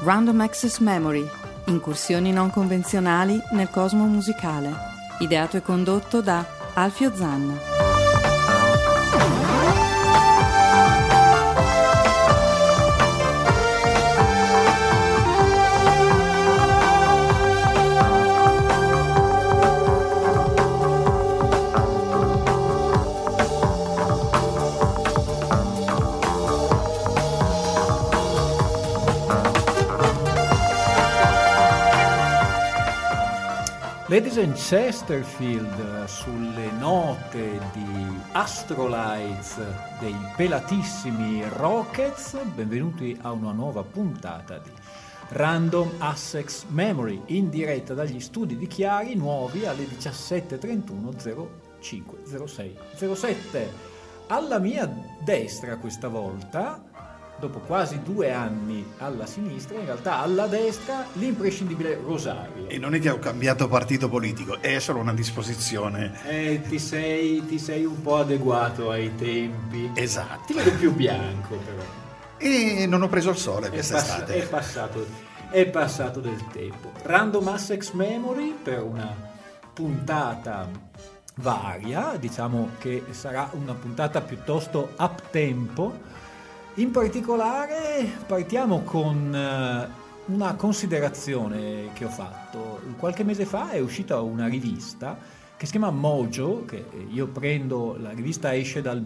Random Access Memory, incursioni non convenzionali nel cosmo musicale, ideato e condotto da Alfio Zanna. Ladies and Chesterfield sulle note di Astrolights dei pelatissimi Rockets, benvenuti a una nuova puntata di Random Access Memory in diretta dagli studi di Chiari, nuovi alle 17:31 05 06 07. Alla mia destra questa volta, dopo quasi 2 anni alla sinistra, in realtà alla destra, l'imprescindibile Rosario. E non è che ho cambiato partito politico, è solo una disposizione. Ti sei un po' adeguato ai tempi. Esatto. Ti vedo più bianco però. E non ho preso il sole quest'estate. È passato del tempo. Random Access Memory per una puntata varia, diciamo che sarà una puntata piuttosto up tempo. In particolare partiamo con una considerazione che ho fatto. Qualche mese fa è uscita una rivista che si chiama Mojo, che io prendo, la rivista esce dal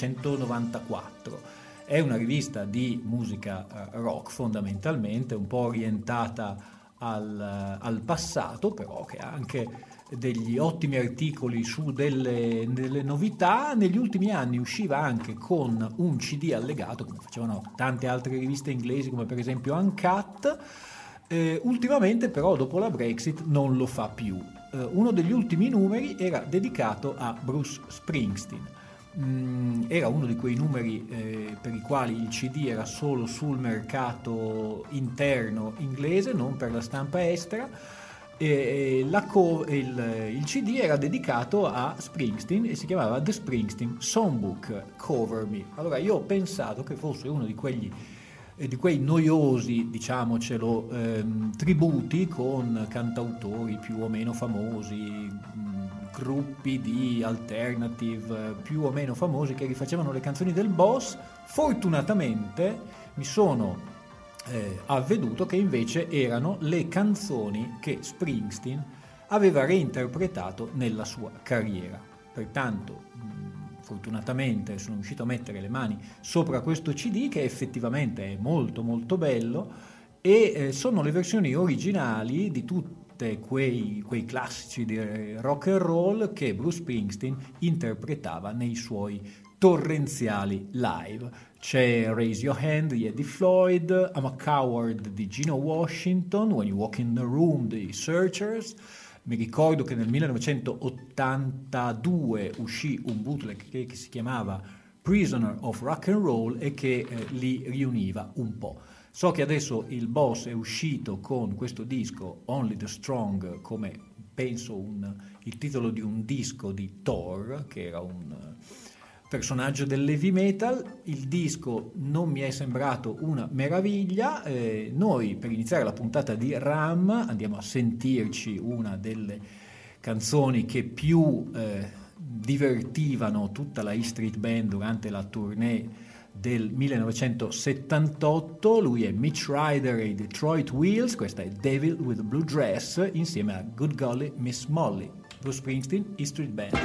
1994, è una rivista di musica rock fondamentalmente, un po' orientata al passato, però che ha anche degli ottimi articoli su delle novità. Negli ultimi anni usciva anche con un CD allegato, come facevano tante altre riviste inglesi come per esempio Uncut. Ultimamente però dopo la Brexit non lo fa più. Uno degli ultimi numeri era dedicato a Bruce Springsteen. Era uno di quei numeri per i quali il CD era solo sul mercato interno inglese, non per la stampa estera. Il CD era dedicato a Springsteen e si chiamava The Springsteen Songbook Cover Me. Allora io ho pensato che fosse uno di quei noiosi, diciamocelo, tributi con cantautori più o meno famosi, gruppi di alternative più o meno famosi che rifacevano le canzoni del boss. Fortunatamente mi sono avveduto che invece erano le canzoni che Springsteen aveva reinterpretato nella sua carriera. Pertanto fortunatamente sono riuscito a mettere le mani sopra questo CD, che effettivamente è molto molto bello, e sono le versioni originali di tutti quei classici di rock and roll che Bruce Springsteen interpretava nei suoi torrenziali live. C'è Raise Your Hand di Eddie Floyd, I'm a Coward di Gino Washington, When You Walk in the Room di Searchers. Mi ricordo che nel 1982 uscì un bootleg che si chiamava Prisoner of Rock and Roll e che li riuniva un po'. So che adesso il boss è uscito con questo disco Only the Strong, come penso il titolo di un disco di Thor, che era un personaggio dell'heavy metal. Il disco non mi è sembrato una meraviglia. Noi per iniziare la puntata di RAM andiamo a sentirci una delle canzoni che più divertivano tutta la E Street Band durante la tournée del 1978. Lui è Mitch Ryder e i Detroit Wheels, questa è Devil with a Blue Dress insieme a Good Golly Miss Molly. Bruce Springsteen, E Street Band.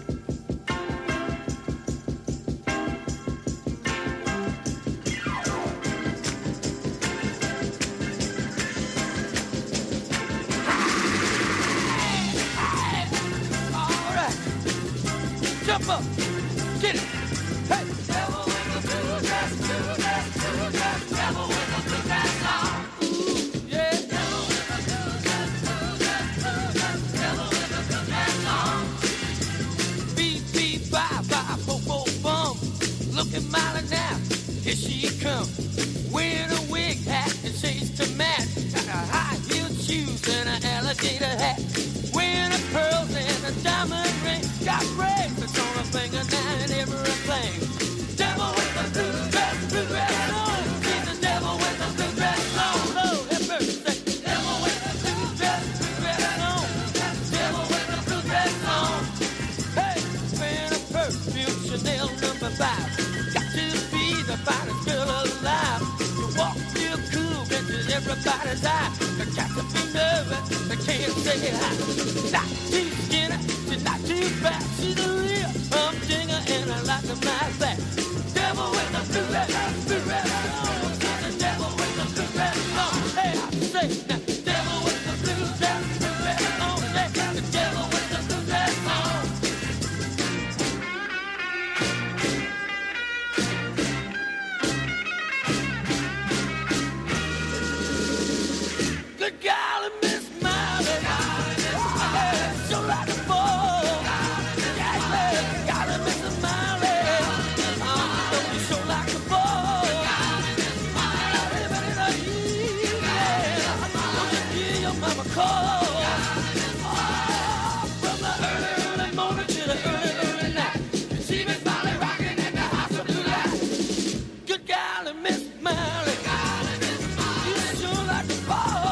Got bracelets on her finger now and everything. Devil with the blue dress, blue dress on. She's the devil with the blue dress on. his eye. The cat to be nervous, they can't say hi. Not too skinny, she's not too fat. She's a real humdinger and I like to match that. Devil with the blue red, blue red song. The devil with the blue red song. Hey, I say now, devil with the blue red song. Hey, the devil with the blue red song. Good golly, Miss Miley, yeah, so like a ball. Yeah, golly, Miss Miley, don't be so like a ball. Everybody know you, yeah, don't you hear your mama call? Oh, from the early, early morning to the early, early night, see Miss Miley rocking in the house of blue light. Good golly, Miss Miley, you sure like a ball.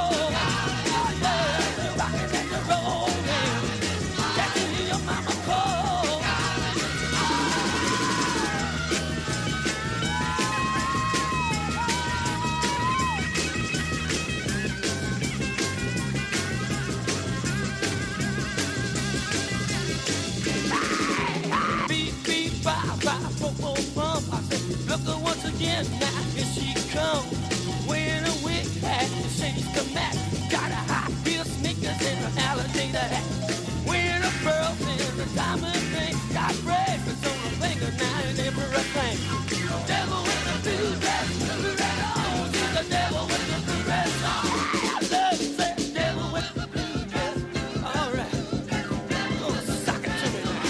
Look once again, now here she comes. Wearing a wig hat, she's come back. Got a high heel sneakers and an alligator hat. Wearing a pearl and a diamond ring. Got bracelets on her finger now and everything. Devil with the blue dress, blue red on. She's the devil with the blue dress on. I love you, say devil with the blue dress. All right, gonna sock it to me now.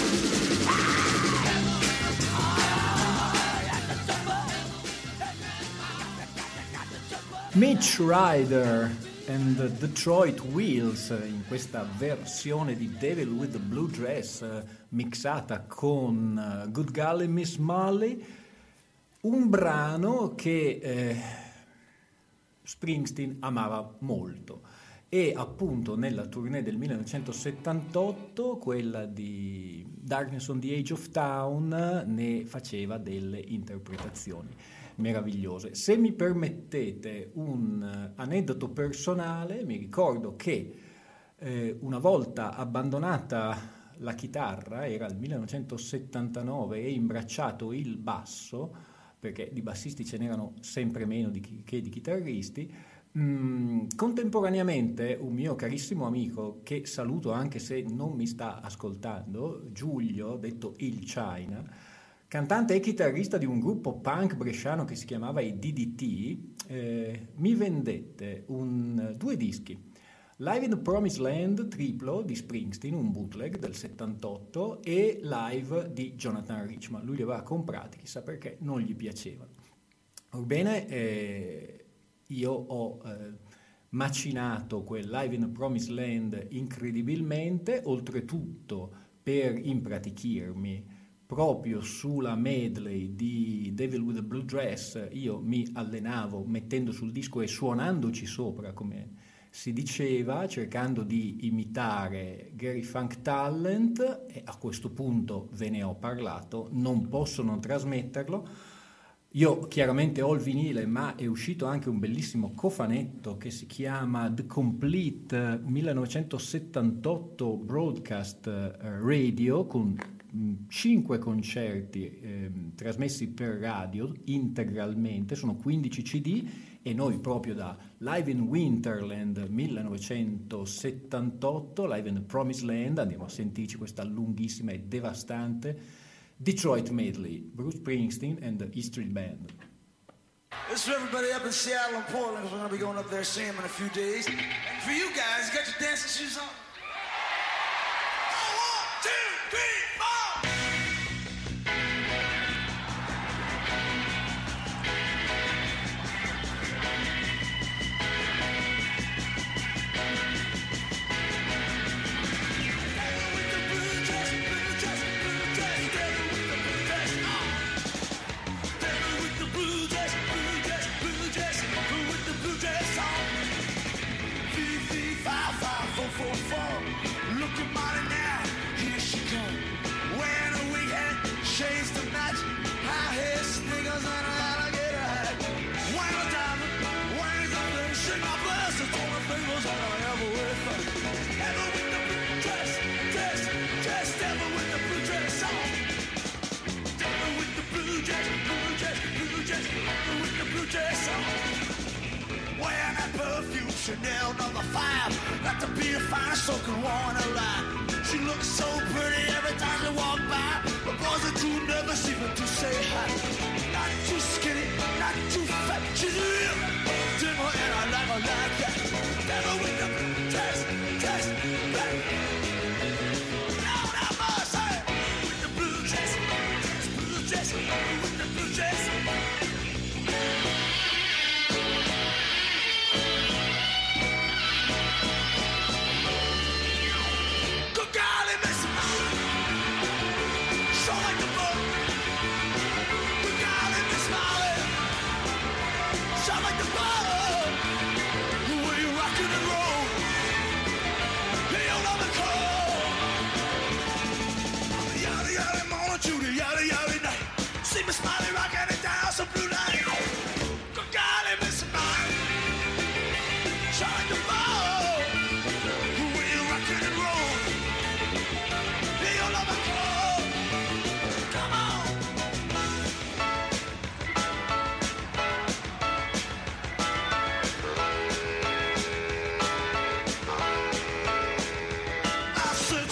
Mitch Ryder and the Detroit Wheels in questa versione di Devil with the Blue Dress mixata con Good Golly Miss Molly, un brano che Springsteen amava molto e appunto nella tournée del 1978, quella di Darkness on the Edge of Town, ne faceva delle interpretazioni meravigliose. Se mi permettete un aneddoto personale, mi ricordo che una volta abbandonata la chitarra, era il 1979, e imbracciato il basso, perché di bassisti ce n'erano sempre meno che di chitarristi, contemporaneamente un mio carissimo amico, che saluto anche se non mi sta ascoltando, Giulio, detto il China, cantante e chitarrista di un gruppo punk bresciano che si chiamava i DDT, mi vendette due dischi, Live in the Promised Land triplo di Springsteen, un bootleg del 78, e Live di Jonathan Richman. Lui li aveva comprati, chissà perché, non gli piacevano. Orbene, io ho macinato quel Live in the Promised Land incredibilmente, oltretutto per impratichirmi proprio sulla medley di Devil with the Blue Dress. Io mi allenavo mettendo sul disco e suonandoci sopra, come si diceva, cercando di imitare Gary Funk Talent, e a questo punto ve ne ho parlato, non posso non trasmetterlo. Io chiaramente ho il vinile, ma è uscito anche un bellissimo cofanetto che si chiama The Complete 1978 Broadcast Radio, con 5 concerti trasmessi per radio integralmente, sono 15 CD, e noi proprio da Live in Winterland 1978, Live in the Promised Land, andiamo a sentirci questa lunghissima e devastante Detroit medley, Bruce Springsteen and the E Street Band. This is for everybody up in Seattle and Portland, because we're going to be going up there seeing them in a few days. And for you guys, you got your dancing shoes on? 1, 2, 3, 4! Chanel number 5, got to be the finest soaking woman alive. She looks so pretty every time she walk by. The boys are too nervous even to say hi. Not too skinny, not too fat. She's real dimmer and I like her like that. Never with the test, back. Lord have mercy, with the blue dress, with the blue dress. Good golly, Miss Molly, so like the book. Good golly, Miss Molly, so like the book. The way you rockin' and roll, hey, you love the cold. Yada yada morning, Judy, yada yada night. See Miss Molly rockin' it down some blue light. Good golly, Miss Molly, so like the book. The way you rockin' and roll. Come on. I said,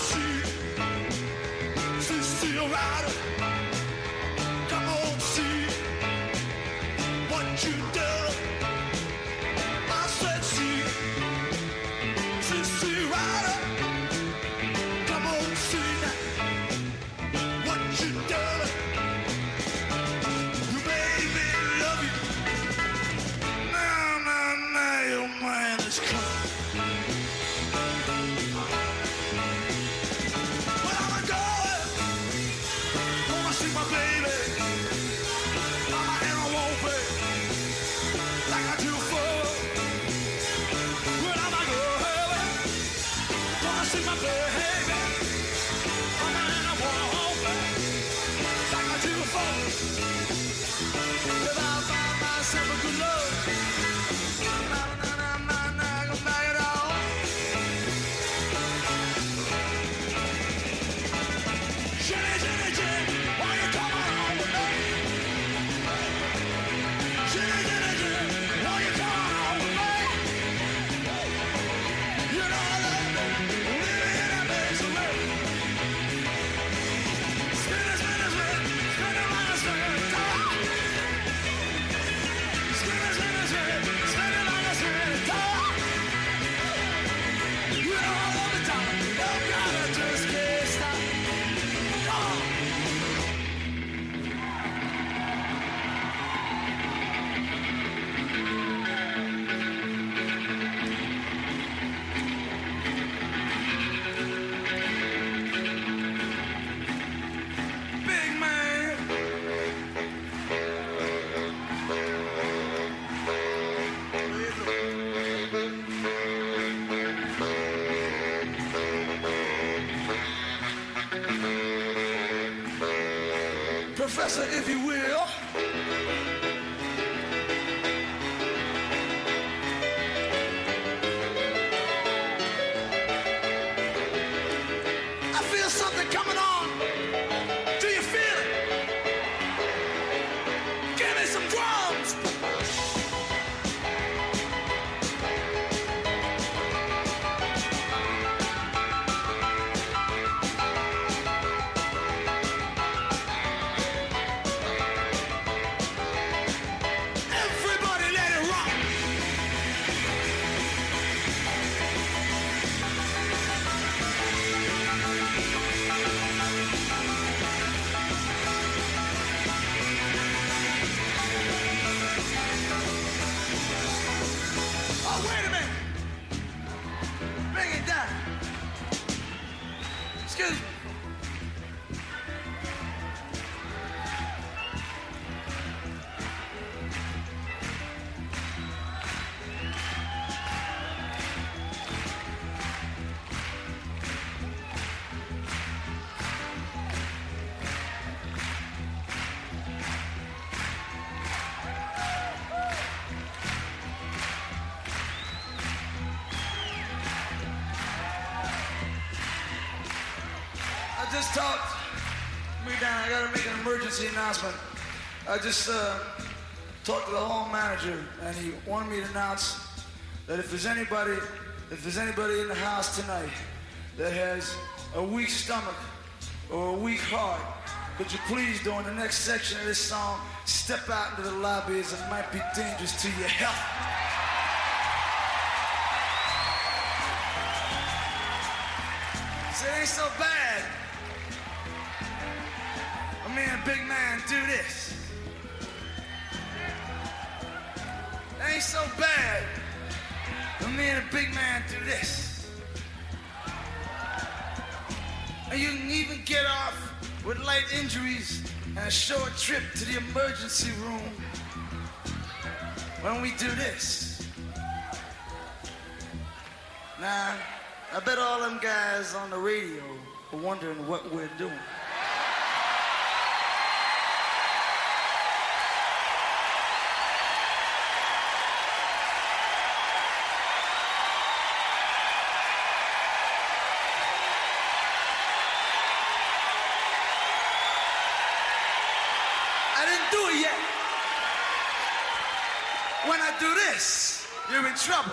see a rider. Come on, see what you do. I said, see rider. Come on, see that. What you done? You made me love you. Now, your man is coming. Well, I'm going. Wanna see my baby. Mama and I won't play like I do for. Well, I'm going. Wanna see my baby. Mama and I won't play. Like I do for. If I find myself a good love, I can back it off. Jenny, why you coming home with me? Jenny, why you coming home with me? You know I love you, living in a misery. Spinning like a spinning top. Spinning like a spinning top. You know I love the top. No gotta just can't stop. Come on. Big man. Professor, if you will. I feel something coming on. Do you feel it? Give me some drums. Everybody let it rock. Oh, wait a minute. Bring it down. Excuse me. I just talked me down. I gotta make an emergency announcement. I just talked to the hall manager, and he wanted me to announce that if there's anybody in the house tonight that has a weak stomach or a weak heart, could you please, during the next section of this song, step out into the lobby as it might be dangerous to your health. So it ain't so bad. Me and big man do this. It ain't so bad. Me and a big man do this. And you can even get off with light injuries and a short trip to the emergency room when we do this. Now, I bet all them guys on the radio are wondering what we're doing. When I do this, you're in trouble.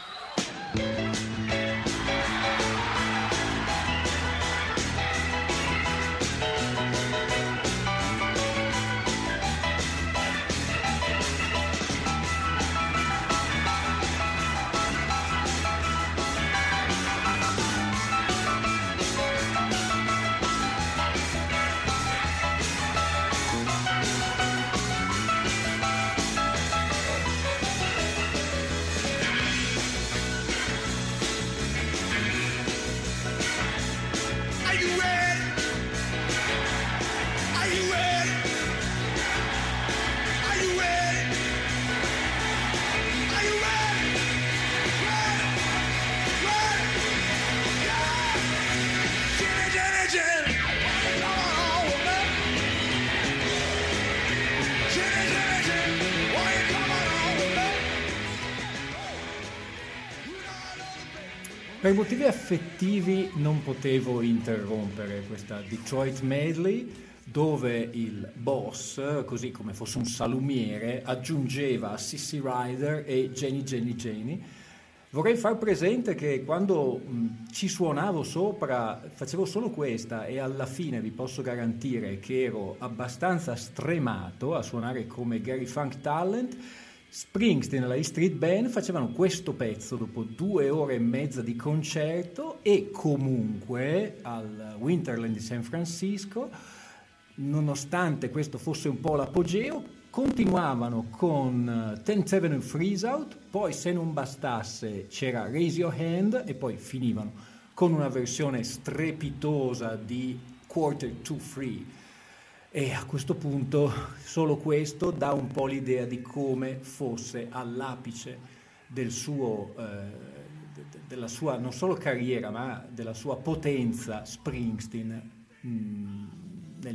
Per motivi affettivi non potevo interrompere questa Detroit Medley, dove il boss, così come fosse un salumiere, aggiungeva Sissy Rider e Jenny. Vorrei far presente che quando ci suonavo sopra facevo solo questa e alla fine vi posso garantire che ero abbastanza stremato a suonare come Gary Funk Talent. Springsteen e la E Street Band facevano questo pezzo dopo 2 ore e mezza di concerto e comunque al Winterland di San Francisco, nonostante questo fosse un po' l'apogeo, continuavano con 10th Avenue Freeze Out, poi se non bastasse c'era Raise Your Hand e poi finivano con una versione strepitosa di Quarter to Three. E a questo punto solo questo dà un po' l'idea di come fosse all'apice del suo, della sua non solo carriera ma della sua potenza Springsteen nel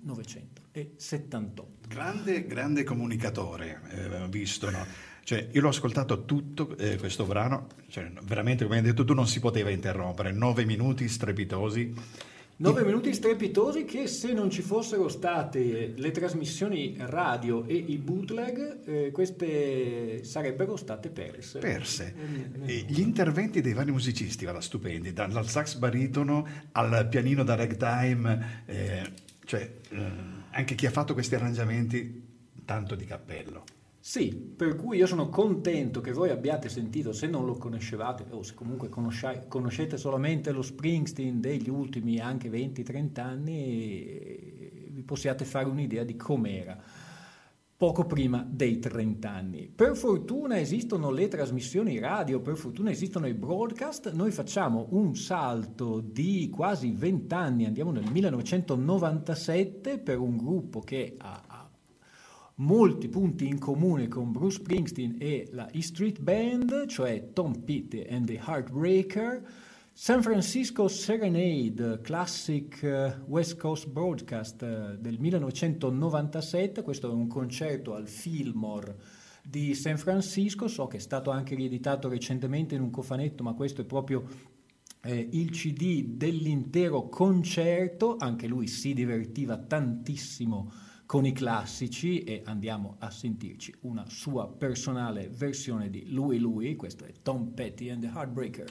1978. Grande comunicatore, visto, no? Cioè, io l'ho ascoltato tutto questo brano, cioè, veramente come hai detto tu non si poteva interrompere, 9 minuti strepitosi. 9 minuti strepitosi che se non ci fossero state le trasmissioni radio e i bootleg, queste sarebbero state perse. E gli interventi dei vari musicisti, guarda, stupendi, dal sax baritono al pianino da ragtime, anche chi ha fatto questi arrangiamenti, tanto di cappello. Sì, per cui io sono contento che voi abbiate sentito, se non lo conoscevate o se comunque conoscete solamente lo Springsteen degli ultimi anche 20-30 anni, vi possiate fare un'idea di com'era poco prima dei 30 anni. Per fortuna esistono le trasmissioni radio, per fortuna esistono i broadcast, noi facciamo un salto di quasi 20 anni, andiamo nel 1997 per un gruppo che ha molti punti in comune con Bruce Springsteen e la E Street Band, cioè Tom Petty and the Heartbreaker, San Francisco Serenade, classic West Coast broadcast del 1997, questo è un concerto al Fillmore di San Francisco, so che è stato anche rieditato recentemente in un cofanetto, ma questo è proprio il CD dell'intero concerto, anche lui si divertiva tantissimo con i classici e andiamo a sentirci una sua personale versione di Lui. Questo è Tom Petty and the Heartbreaker.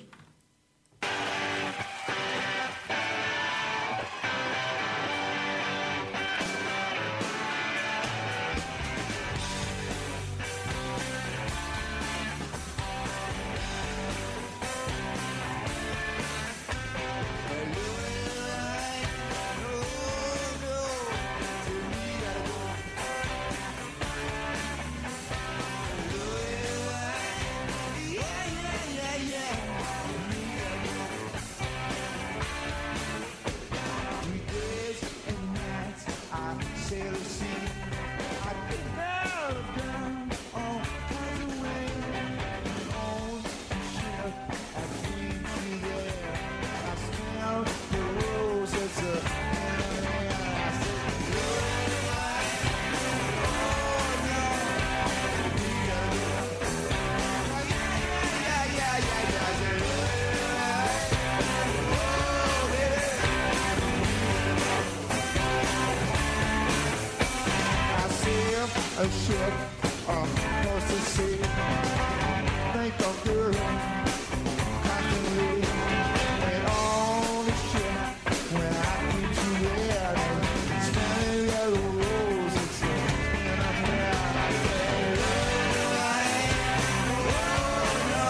A ship across the sea. Think of her constantly. And on the ship when I get to there, smelling yellow roses in a crowd. I say, oh no.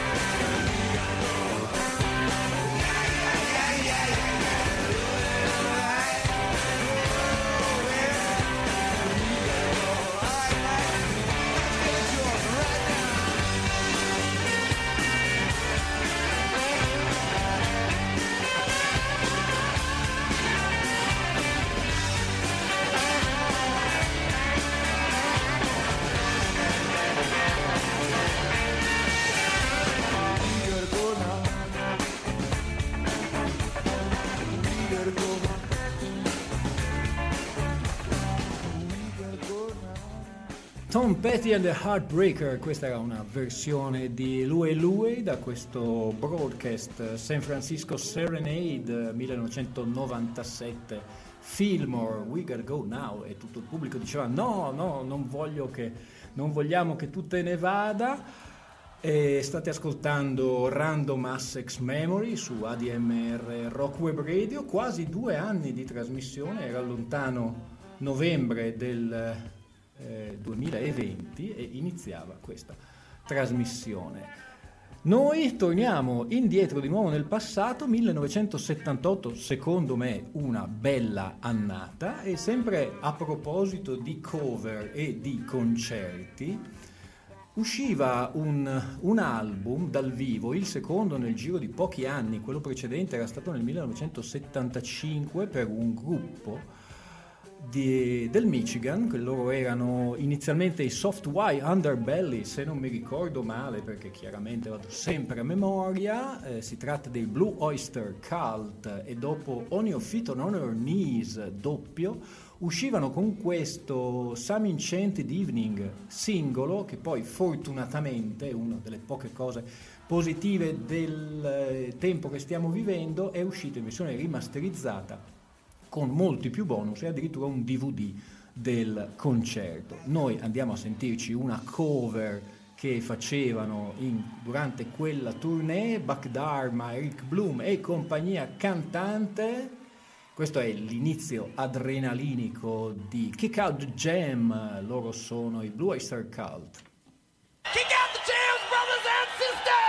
Tom Petty and the Heartbreaker, questa era una versione di Lui da questo broadcast San Francisco Serenade 1997, Fillmore, We Gotta Go Now, e tutto il pubblico diceva no, non vogliamo che tu te ne vada. E state ascoltando Random Access Memory su ADMR Rock Web Radio, quasi 2 anni di trasmissione, era lontano novembre del 2020 e iniziava questa trasmissione. Noi torniamo indietro di nuovo nel passato, 1978, secondo me una bella annata, e sempre a proposito di cover e di concerti, usciva un album dal vivo, il secondo nel giro di pochi anni, quello precedente era stato nel 1975 per un gruppo del Michigan, che loro erano inizialmente i Soft Y Underbelly, se non mi ricordo male, perché chiaramente vado sempre a memoria. Si tratta dei Blue Oyster Cult, e dopo On Your Feet on Your Knees doppio uscivano con questo Some Enchanted Evening singolo, che poi fortunatamente è una delle poche cose positive del tempo che stiamo vivendo, è uscito in versione rimasterizzata con molti più bonus e addirittura un DVD del concerto. Noi andiamo a sentirci una cover che facevano durante quella tournée, Buck Dharma, Eric Bloom e compagnia cantante. Questo è l'inizio adrenalinico di Kick Out the Jam, loro sono i Blue Oyster Cult. Kick out the jams, brothers and sisters!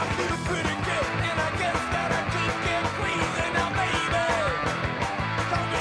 Don't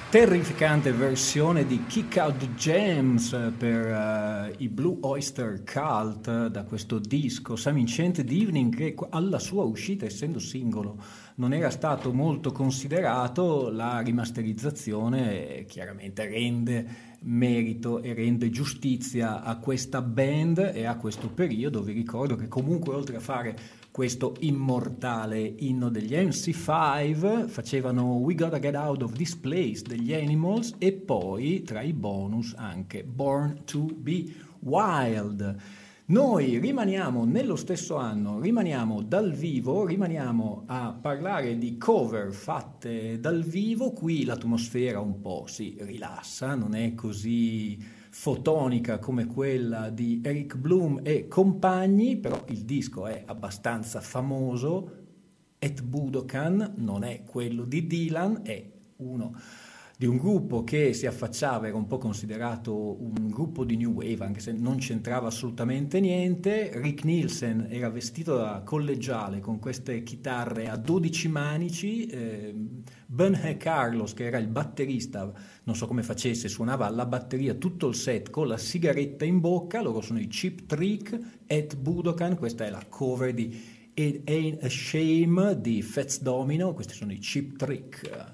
Terrificante versione di Kick Out the Jams per i Blue Oyster Cult da questo disco Some Enchanted Evening, che alla sua uscita, essendo singolo, non era stato molto considerato. La rimasterizzazione chiaramente rende merito e rende giustizia a questa band e a questo periodo. Vi ricordo che comunque, oltre a fare questo immortale inno degli MC5, facevano We Gotta Get Out of This Place degli Animals e poi tra i bonus anche Born to Be Wild. Noi rimaniamo nello stesso anno, rimaniamo dal vivo, rimaniamo a parlare di cover fatte dal vivo. Qui l'atmosfera un po' si rilassa, non è così fotonica come quella di Eric Bloom e compagni, però il disco è abbastanza famoso. Et Budokan non è quello di Dylan, è uno di un gruppo che si affacciava, era un po' considerato un gruppo di new wave, anche se non c'entrava assolutamente niente. Rick Nielsen era vestito da collegiale con queste chitarre a 12 manici, Ben Carlos, che era il batterista, non so come facesse, suonava alla batteria tutto il set con la sigaretta in bocca. Loro sono i Cheap Trick, Et Budokan, questa è la cover di It Ain't a Shame di Fats Domino, questi sono i Cheap Trick.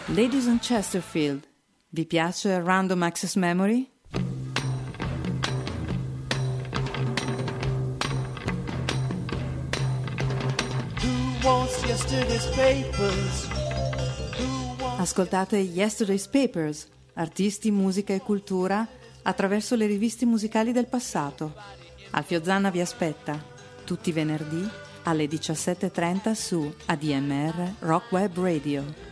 Ladies on Chesterfield, vi piace Random Access Memory? Who wants yesterday's papers? Ascoltate Yesterday's Papers, artisti, musica e cultura attraverso le riviste musicali del passato. Alfio Zanna vi aspetta tutti i venerdì alle 17:30 su ADMR Rock Web Radio.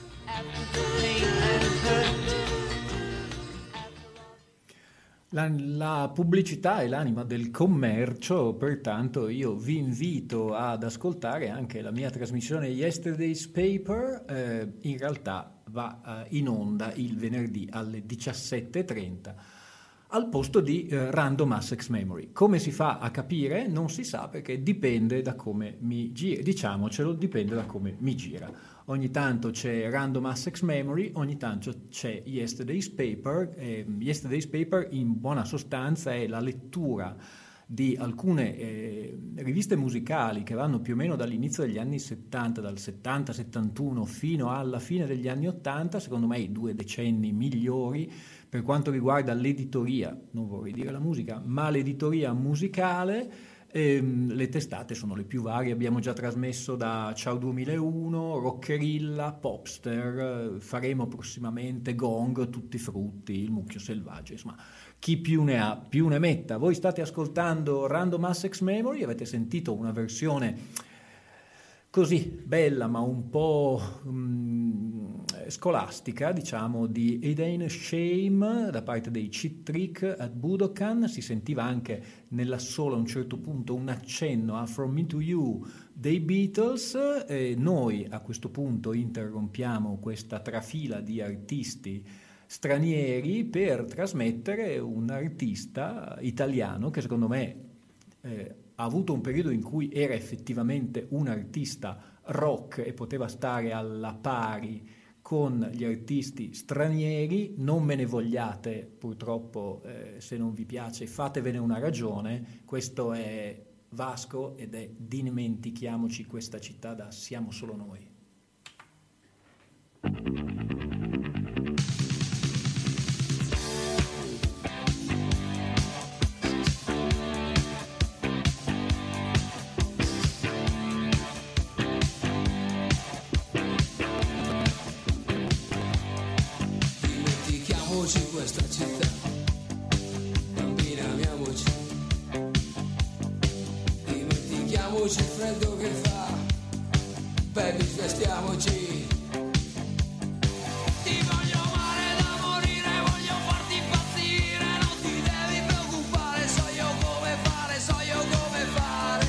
La pubblicità è l'anima del commercio, pertanto io vi invito ad ascoltare anche la mia trasmissione Yesterday's Paper, in realtà va in onda il venerdì alle 17:30 al posto di Random Access Memory. Come si fa a capire? Non si sa, perché dipende da come mi gira, diciamocelo, dipende da come mi gira. Ogni tanto c'è Random Access Memory, ogni tanto c'è Yesterday's Paper. Yesterday's Paper in buona sostanza è la lettura di alcune riviste musicali che vanno più o meno dall'inizio degli anni 70, dal 70-71 fino alla fine degli anni 80, secondo me i 2 decenni migliori per quanto riguarda l'editoria, non vorrei dire la musica, ma l'editoria musicale. Le testate sono le più varie, abbiamo già trasmesso da Ciao 2001, Rockerilla, Popster, faremo prossimamente Gong, Tutti Frutti, Il Mucchio Selvaggio, insomma chi più ne ha più ne metta. Voi state ascoltando Random Access Memory, avete sentito una versione così bella ma un po' scolastica, diciamo, di It Ain't a Shame da parte dei Cheap Trick at Budokan. Si sentiva anche nell'assolo a un certo punto un accenno a From Me to You dei Beatles, e noi a questo punto interrompiamo questa trafila di artisti stranieri per trasmettere un artista italiano che secondo me ha avuto un periodo in cui era effettivamente un artista rock e poteva stare alla pari con gli artisti stranieri. Non me ne vogliate purtroppo, se non vi piace, fatevene una ragione. Questo è Vasco ed è Dimentichiamoci questa città da Siamo solo noi. Questa città, bambina, amiamoci, dimentichiamoci il freddo che fa, baby, svestiamoci. Ti voglio amare da morire, voglio farti impazzire, non ti devi preoccupare, so io come fare, so io come fare.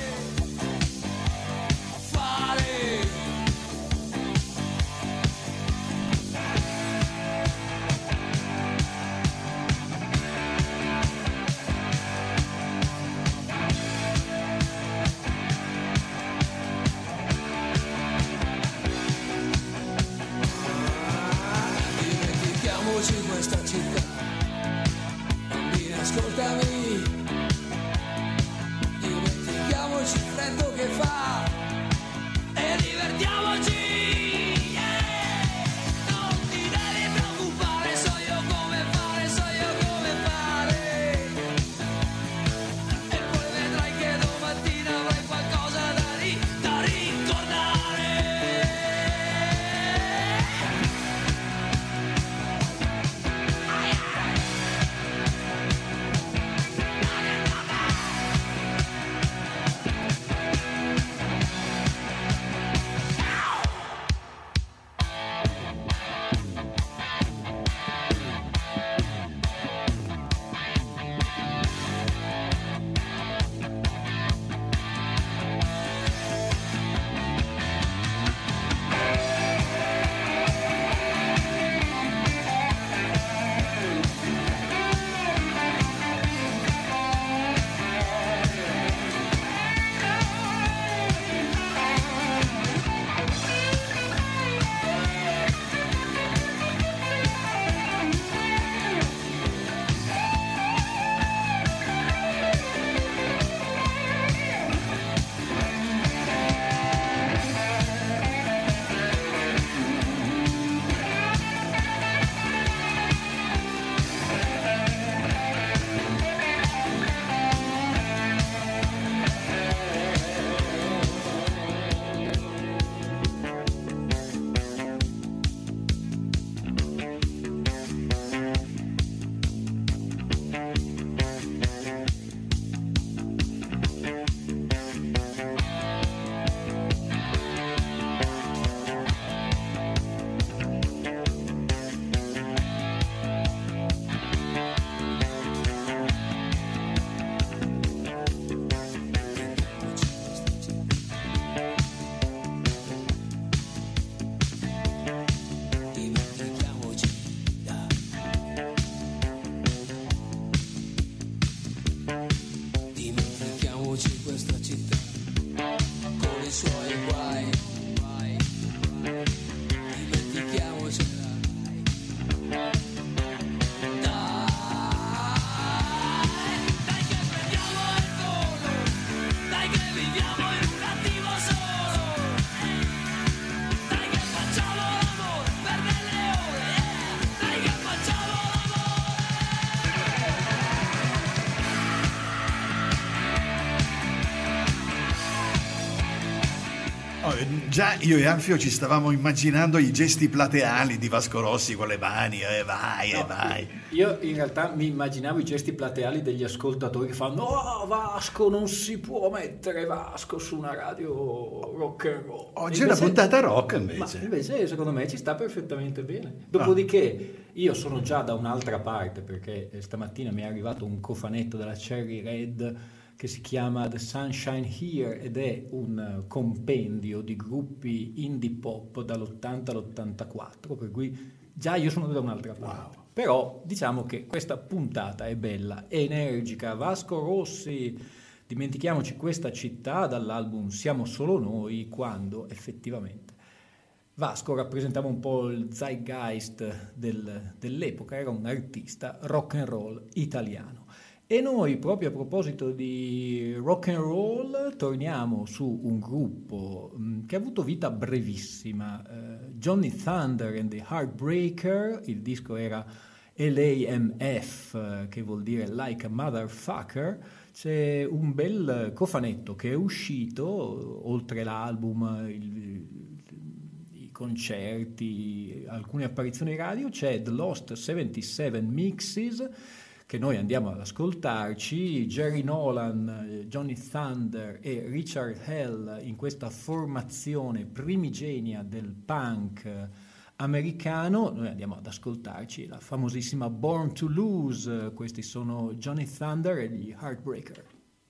Già io e Alfio ci stavamo immaginando i gesti plateali di Vasco Rossi con le mani, vai. Io in realtà mi immaginavo i gesti plateali degli ascoltatori che fanno "Oh Vasco, non si può mettere Vasco su una radio rock and roll". Oggi è una puntata rock Ma invece. invece secondo me ci sta perfettamente bene. Dopodiché io sono già da un'altra parte, perché stamattina mi è arrivato un cofanetto della Cherry Red che si chiama The Sunshine Here ed è un compendio di gruppi indie pop dall'80 all'84, per cui già io sono da un'altra parte. Però diciamo che questa puntata è bella, è energica. Vasco Rossi, dimentichiamoci questa città, dall'album Siamo solo noi, quando effettivamente Vasco rappresentava un po' il zeitgeist dell'epoca, era un artista rock and roll italiano. E noi, proprio a proposito di rock and roll, torniamo su un gruppo che ha avuto vita brevissima, Johnny Thunder and the Heartbreaker. Il disco era LAMF, che vuol dire Like a Motherfucker. C'è un bel cofanetto che è uscito, oltre l'album, i concerti, alcune apparizioni radio, c'è The Lost 77 Mixes, che noi andiamo ad ascoltarci. Jerry Nolan, Johnny Thunder e Richard Hell in questa formazione primigenia del punk americano. Noi andiamo ad ascoltarci la famosissima Born to Lose. Questi sono Johnny Thunder e gli Heartbreaker.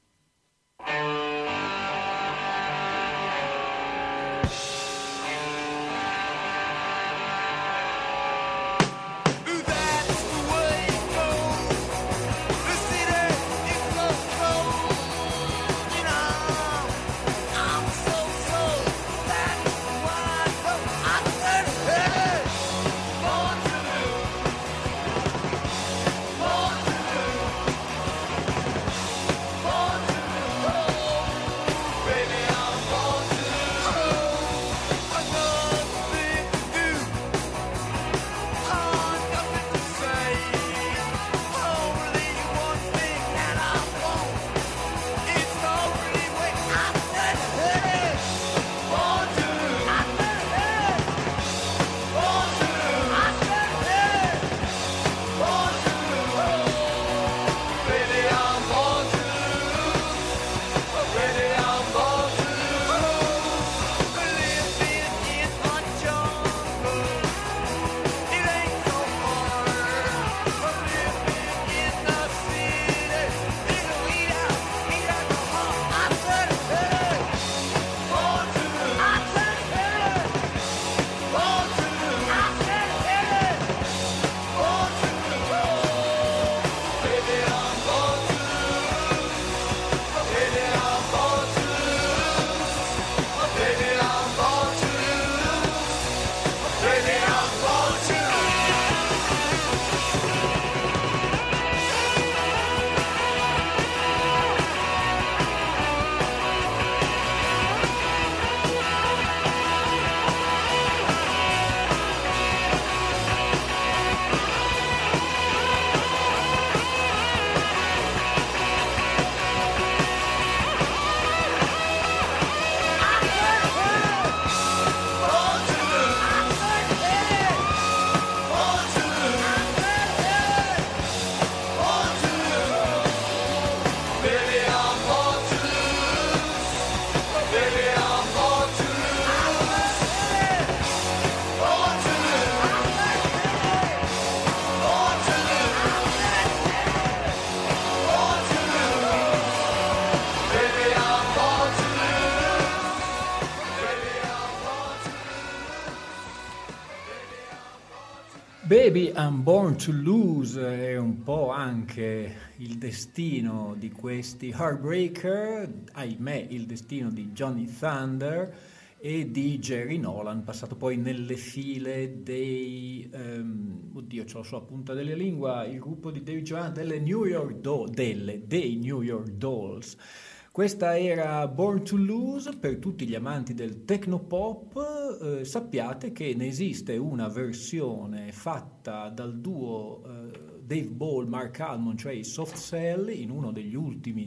Baby, I'm Born to Lose è un po' anche il destino di questi Heartbreaker, ahimè il destino di Johnny Thunder e di Jerry Nolan, passato poi nelle file dei, oddio ce l'ho sulla punta della lingua, il gruppo di David Johanna dei New York Dolls. Questa era Born to Lose. Per tutti gli amanti del technopop, sappiate che ne esiste una versione fatta dal duo Dave Ball, Mark Almond, cioè i Soft Cell, in uno degli ultimi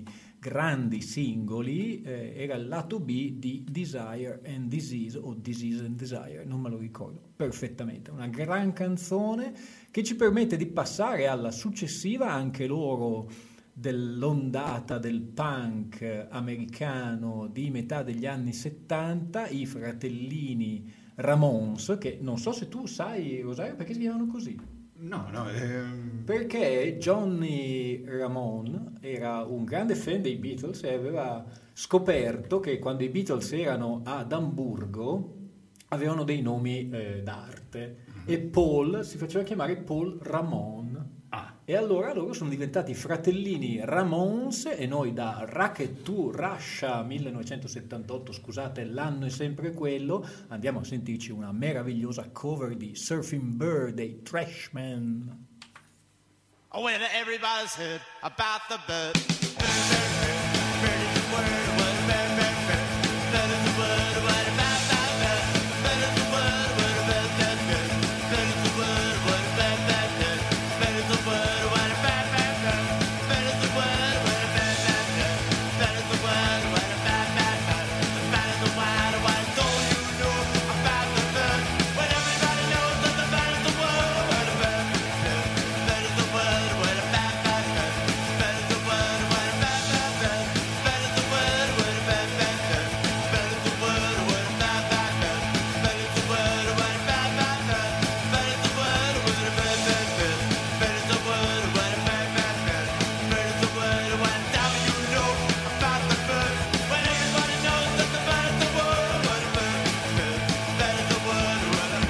grandi singoli, era il lato B di Desire and Disease o Disease and Desire, non me lo ricordo perfettamente. Una gran canzone che ci permette di passare alla successiva, anche loro dell'ondata del punk americano di metà degli anni 70, i fratellini Ramones, che non so se tu sai, Rosario, perché si chiamano così. No, Perché Johnny Ramone era un grande fan dei Beatles e aveva scoperto che quando i Beatles erano ad Amburgo avevano dei nomi d'arte e Paul si faceva chiamare Paul Ramone. E allora loro sono diventati fratellini Ramones e noi da Rocket to Russia 1978, scusate l'anno è sempre quello, andiamo a sentirci una meravigliosa cover di Surfing Bird dei Trashmen. Oh, when everybody's heard about the bird. Bird is the word, what a bird, bird, bird. Bird is the word, what a bird, bird, bird. Bird is the word, what a bird, bird, bird. Bird is the word, what a bird, bird, bird. Bird is the word, what a bird, bird, bird. Bird is the word, what a bird, bird, bird. Bird is the word, what a bird, bird, bird. Bird is the word, what don't you know about the bird? When everybody knows that the bird is the word, what a bird, bird. Bird is the word, what a bird, bird, bird. Bird is the word, what a bird, bird, bird. Bird is the word, what a bird, bird, bird. Bird is the word, what a bird, bird, bird. Bird is the word, what a bird, bird, bird. Bird is the word, what a bird, bird, bird. Bird is the word, what a bird, bird, bird. Bird is the word, what don't you know about the bird? When everybody knows that the bird is the word, what a bird, bird. Bird is the word, what a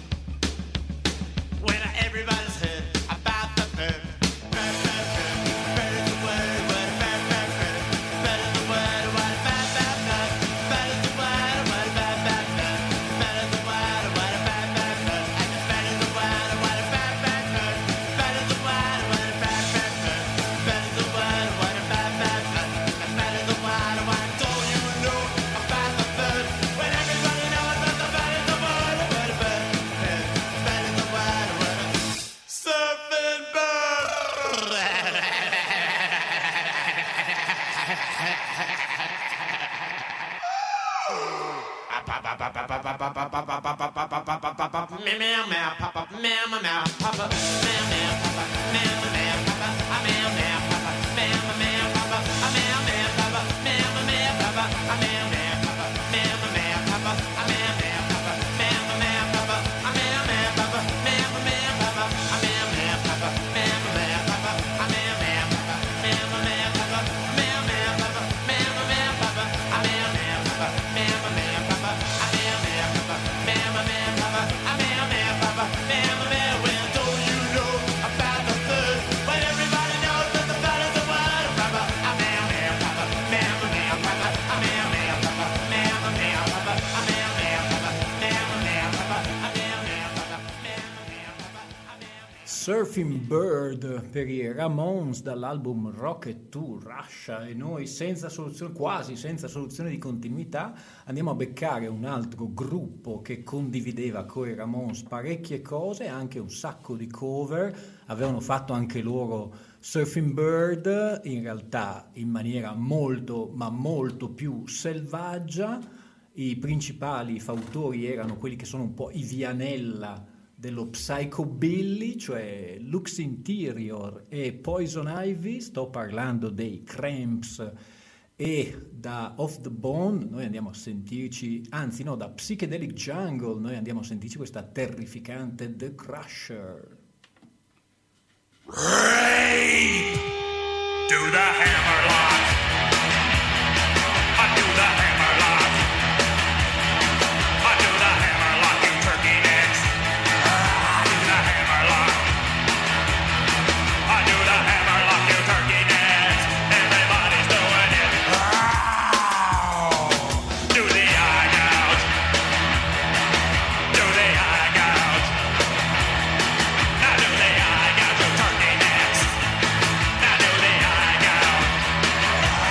when everybody's heard about the bird. Bird, bird, bird. Bird is the word, what a bird, bird, bird. Bird is the word, what a bird, bird, bird. Bird is the word, what a bird, bird, bird. Bird is the word, what a bird, bird, bird. And the bird is the word, what a bird, bird, bird. Bird is the word, what a bird, bird, bird. Bird is the word, what a bird, bird, bird. And bird is the word, what don't you know about the bird? When everybody knows that the bird is the word, what a bird, bird. Bird is the word, what a surfing Surfing Bird per i Ramones dall'album Rocket to Russia, e noi senza soluzione, quasi senza soluzione di continuità, andiamo a beccare un altro gruppo che condivideva con i Ramones parecchie cose, anche un sacco di cover. Avevano fatto anche loro Surfing Bird, in realtà in maniera molto ma molto più selvaggia. I principali fautori erano quelli che sono un po' i Vianella dello psychobilly, cioè Lux Interior e Poison Ivy. Sto parlando dei Cramps, e da Off the Bone noi andiamo a sentirci, anzi no, da Psychedelic Jungle noi andiamo a sentirci questa terrificante The Crusher. Rape! Do the Hammerlock! I do the Hammerlock! I do the Hammerlock, you turkey necks! I do the Hammerlock! I do the Hammerlock, you turkey necks! Everybody's doing it! Do the eye gouge! Do the eye gouge! Now do the eye gouge, you turkey necks! Now do the eye gouge!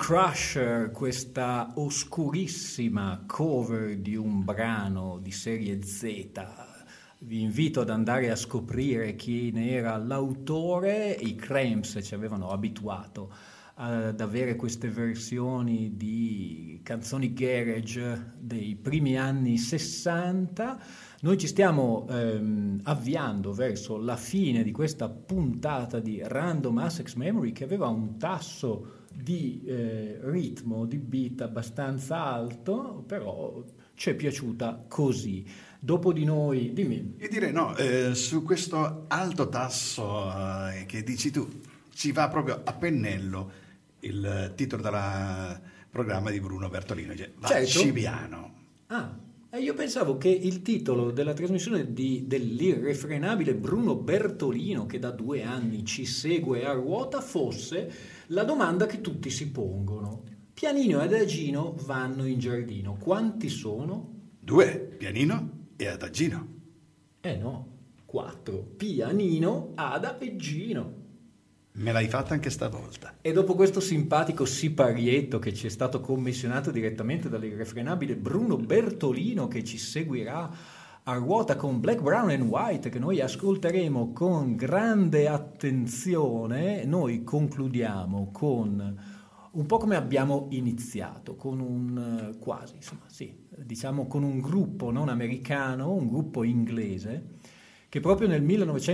Crusher, questa oscurissima cover di un brano di serie Z. Vi invito ad andare a scoprire chi ne era l'autore. I Cramps ci avevano abituato ad avere queste versioni di canzoni garage dei primi anni 60. Noi ci stiamo avviando verso la fine di questa puntata di Random Access Memory, che aveva un tasso di ritmo, di beat abbastanza alto, però ci è piaciuta così. Dopo di noi, dimmi. Io direi no, su questo alto tasso che dici tu, ci va proprio a pennello il titolo del programma di Bruno Bertolino, cioè Civiano. Io pensavo che il titolo della trasmissione dell'irrefrenabile Bruno Bertolino, che da 2 anni ci segue a ruota, fosse la domanda che tutti si pongono. Pianino e adagino vanno in giardino. Quanti sono? 2, pianino e adagino. No, 4. Pianino, ada e gino. Me l'hai fatta anche stavolta. E dopo questo simpatico siparietto che ci è stato commissionato direttamente dall'irrefrenabile Bruno Bertolino, che ci seguirà a ruota con Black, Brown and White, che noi ascolteremo con grande attenzione, noi concludiamo con un po' come abbiamo iniziato, con un quasi, insomma, sì, diciamo con un gruppo non americano, un gruppo inglese, che proprio nel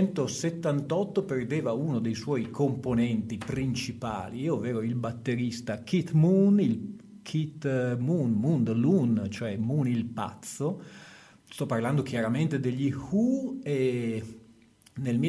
1978 perdeva uno dei suoi componenti principali, ovvero il batterista Keith Moon, Moon the Loon, cioè Moon il pazzo. Sto parlando chiaramente degli Who, e nel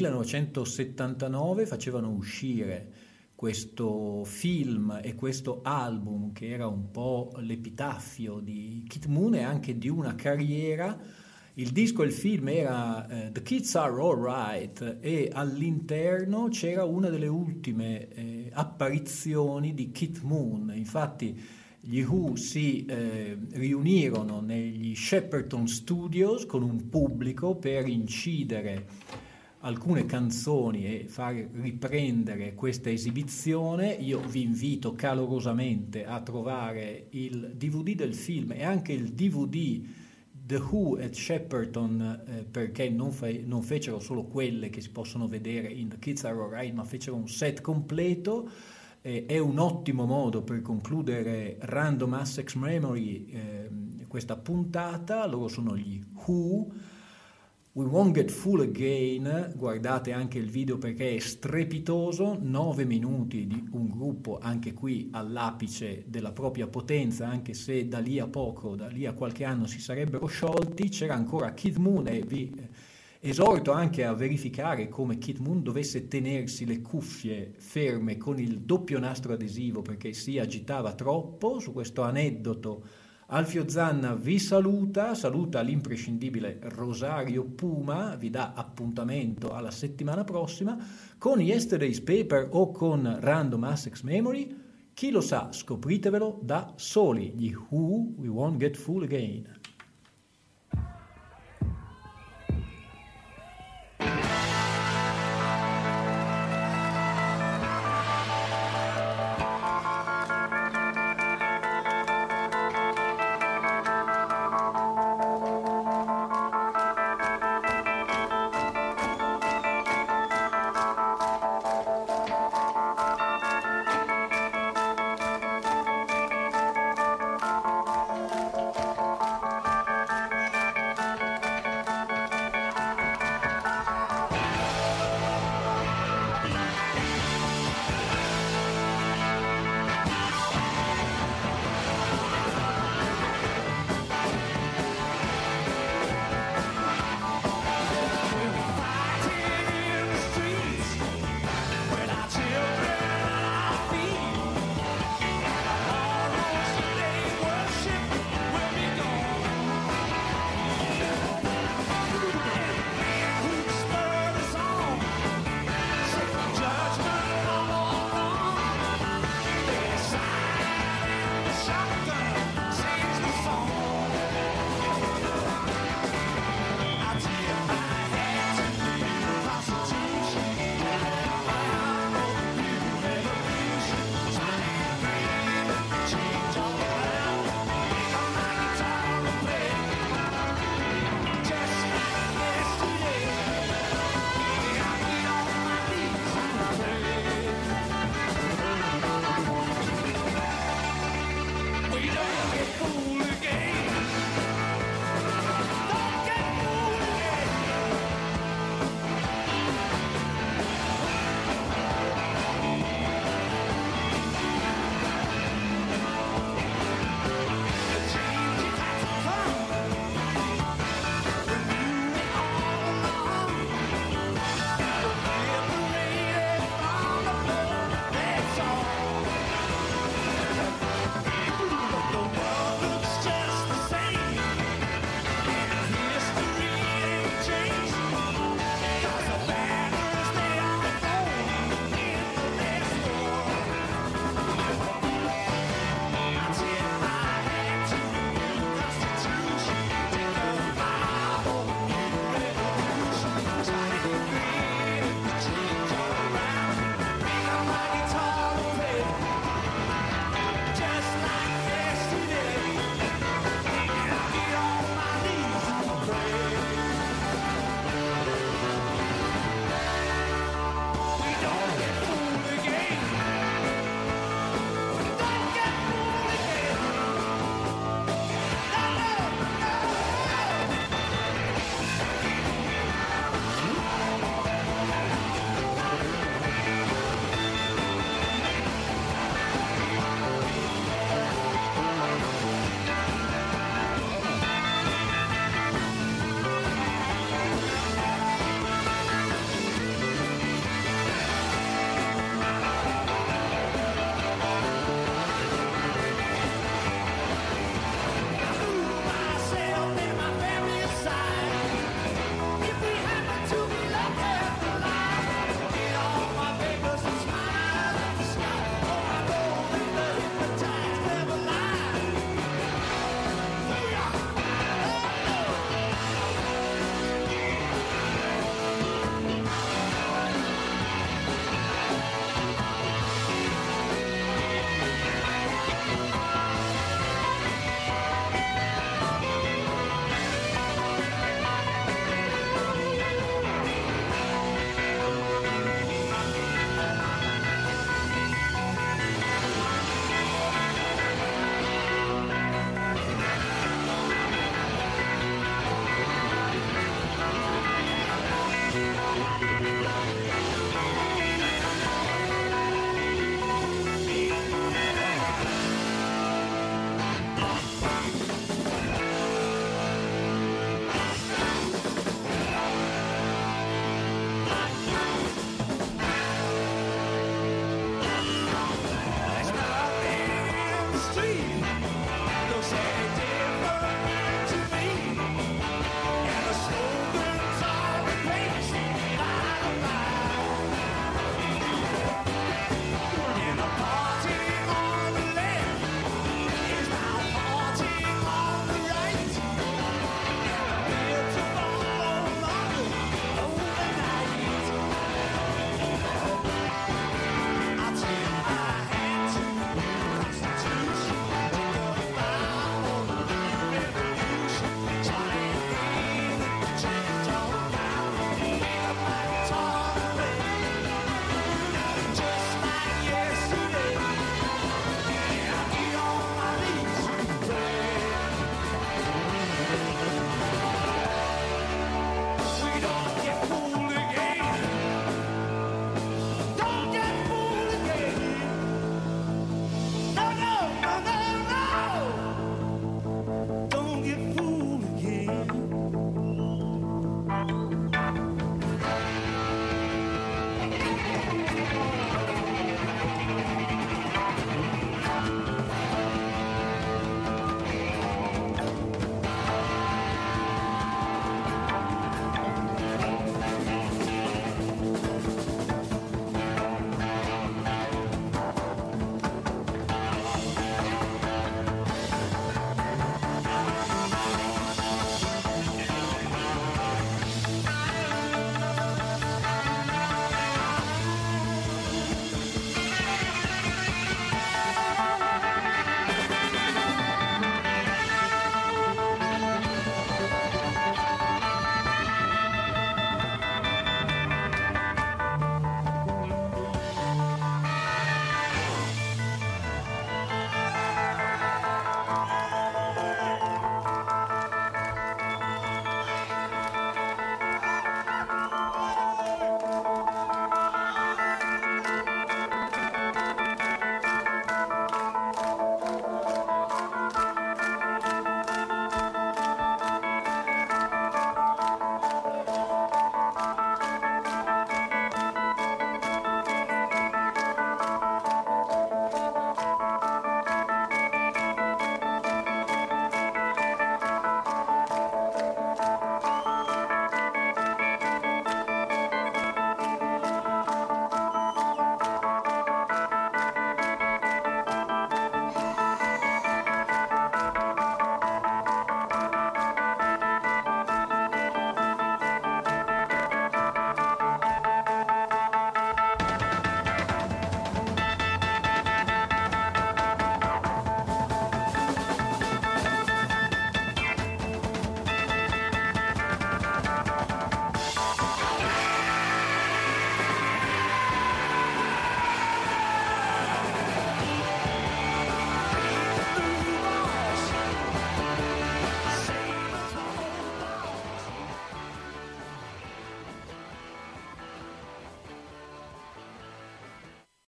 1979 facevano uscire questo film e questo album che era un po' l'epitaffio di Keith Moon e anche di una carriera. Il disco e il film era The Kids Are Alright, e all'interno c'era una delle ultime apparizioni di Keith Moon. Infatti gli Who si riunirono negli Shepperton Studios con un pubblico per incidere alcune canzoni e far riprendere questa esibizione. Io vi invito calorosamente a trovare il DVD del film e anche il DVD The Who at Shepperton, perché non fecero solo quelle che si possono vedere in The Kids Are Alright, ma fecero un set completo. È un ottimo modo per concludere Random Access Memory, questa puntata. Loro sono gli Who. We Won't Get Fool Again, guardate anche il video perché è strepitoso, 9 minuti di un gruppo anche qui all'apice della propria potenza, anche se da lì a poco, da lì a qualche anno si sarebbero sciolti. C'era ancora Keith Moon, e vi esorto anche a verificare come Keith Moon dovesse tenersi le cuffie ferme con il doppio nastro adesivo perché si agitava troppo. Su questo aneddoto Alfio Zanna vi saluta l'imprescindibile Rosario Puma, vi dà appuntamento alla settimana prossima con Yesterday's Paper o con Random Access Memory. Chi lo sa, scopritevelo da soli, gli Who We Won't Get Fool Again.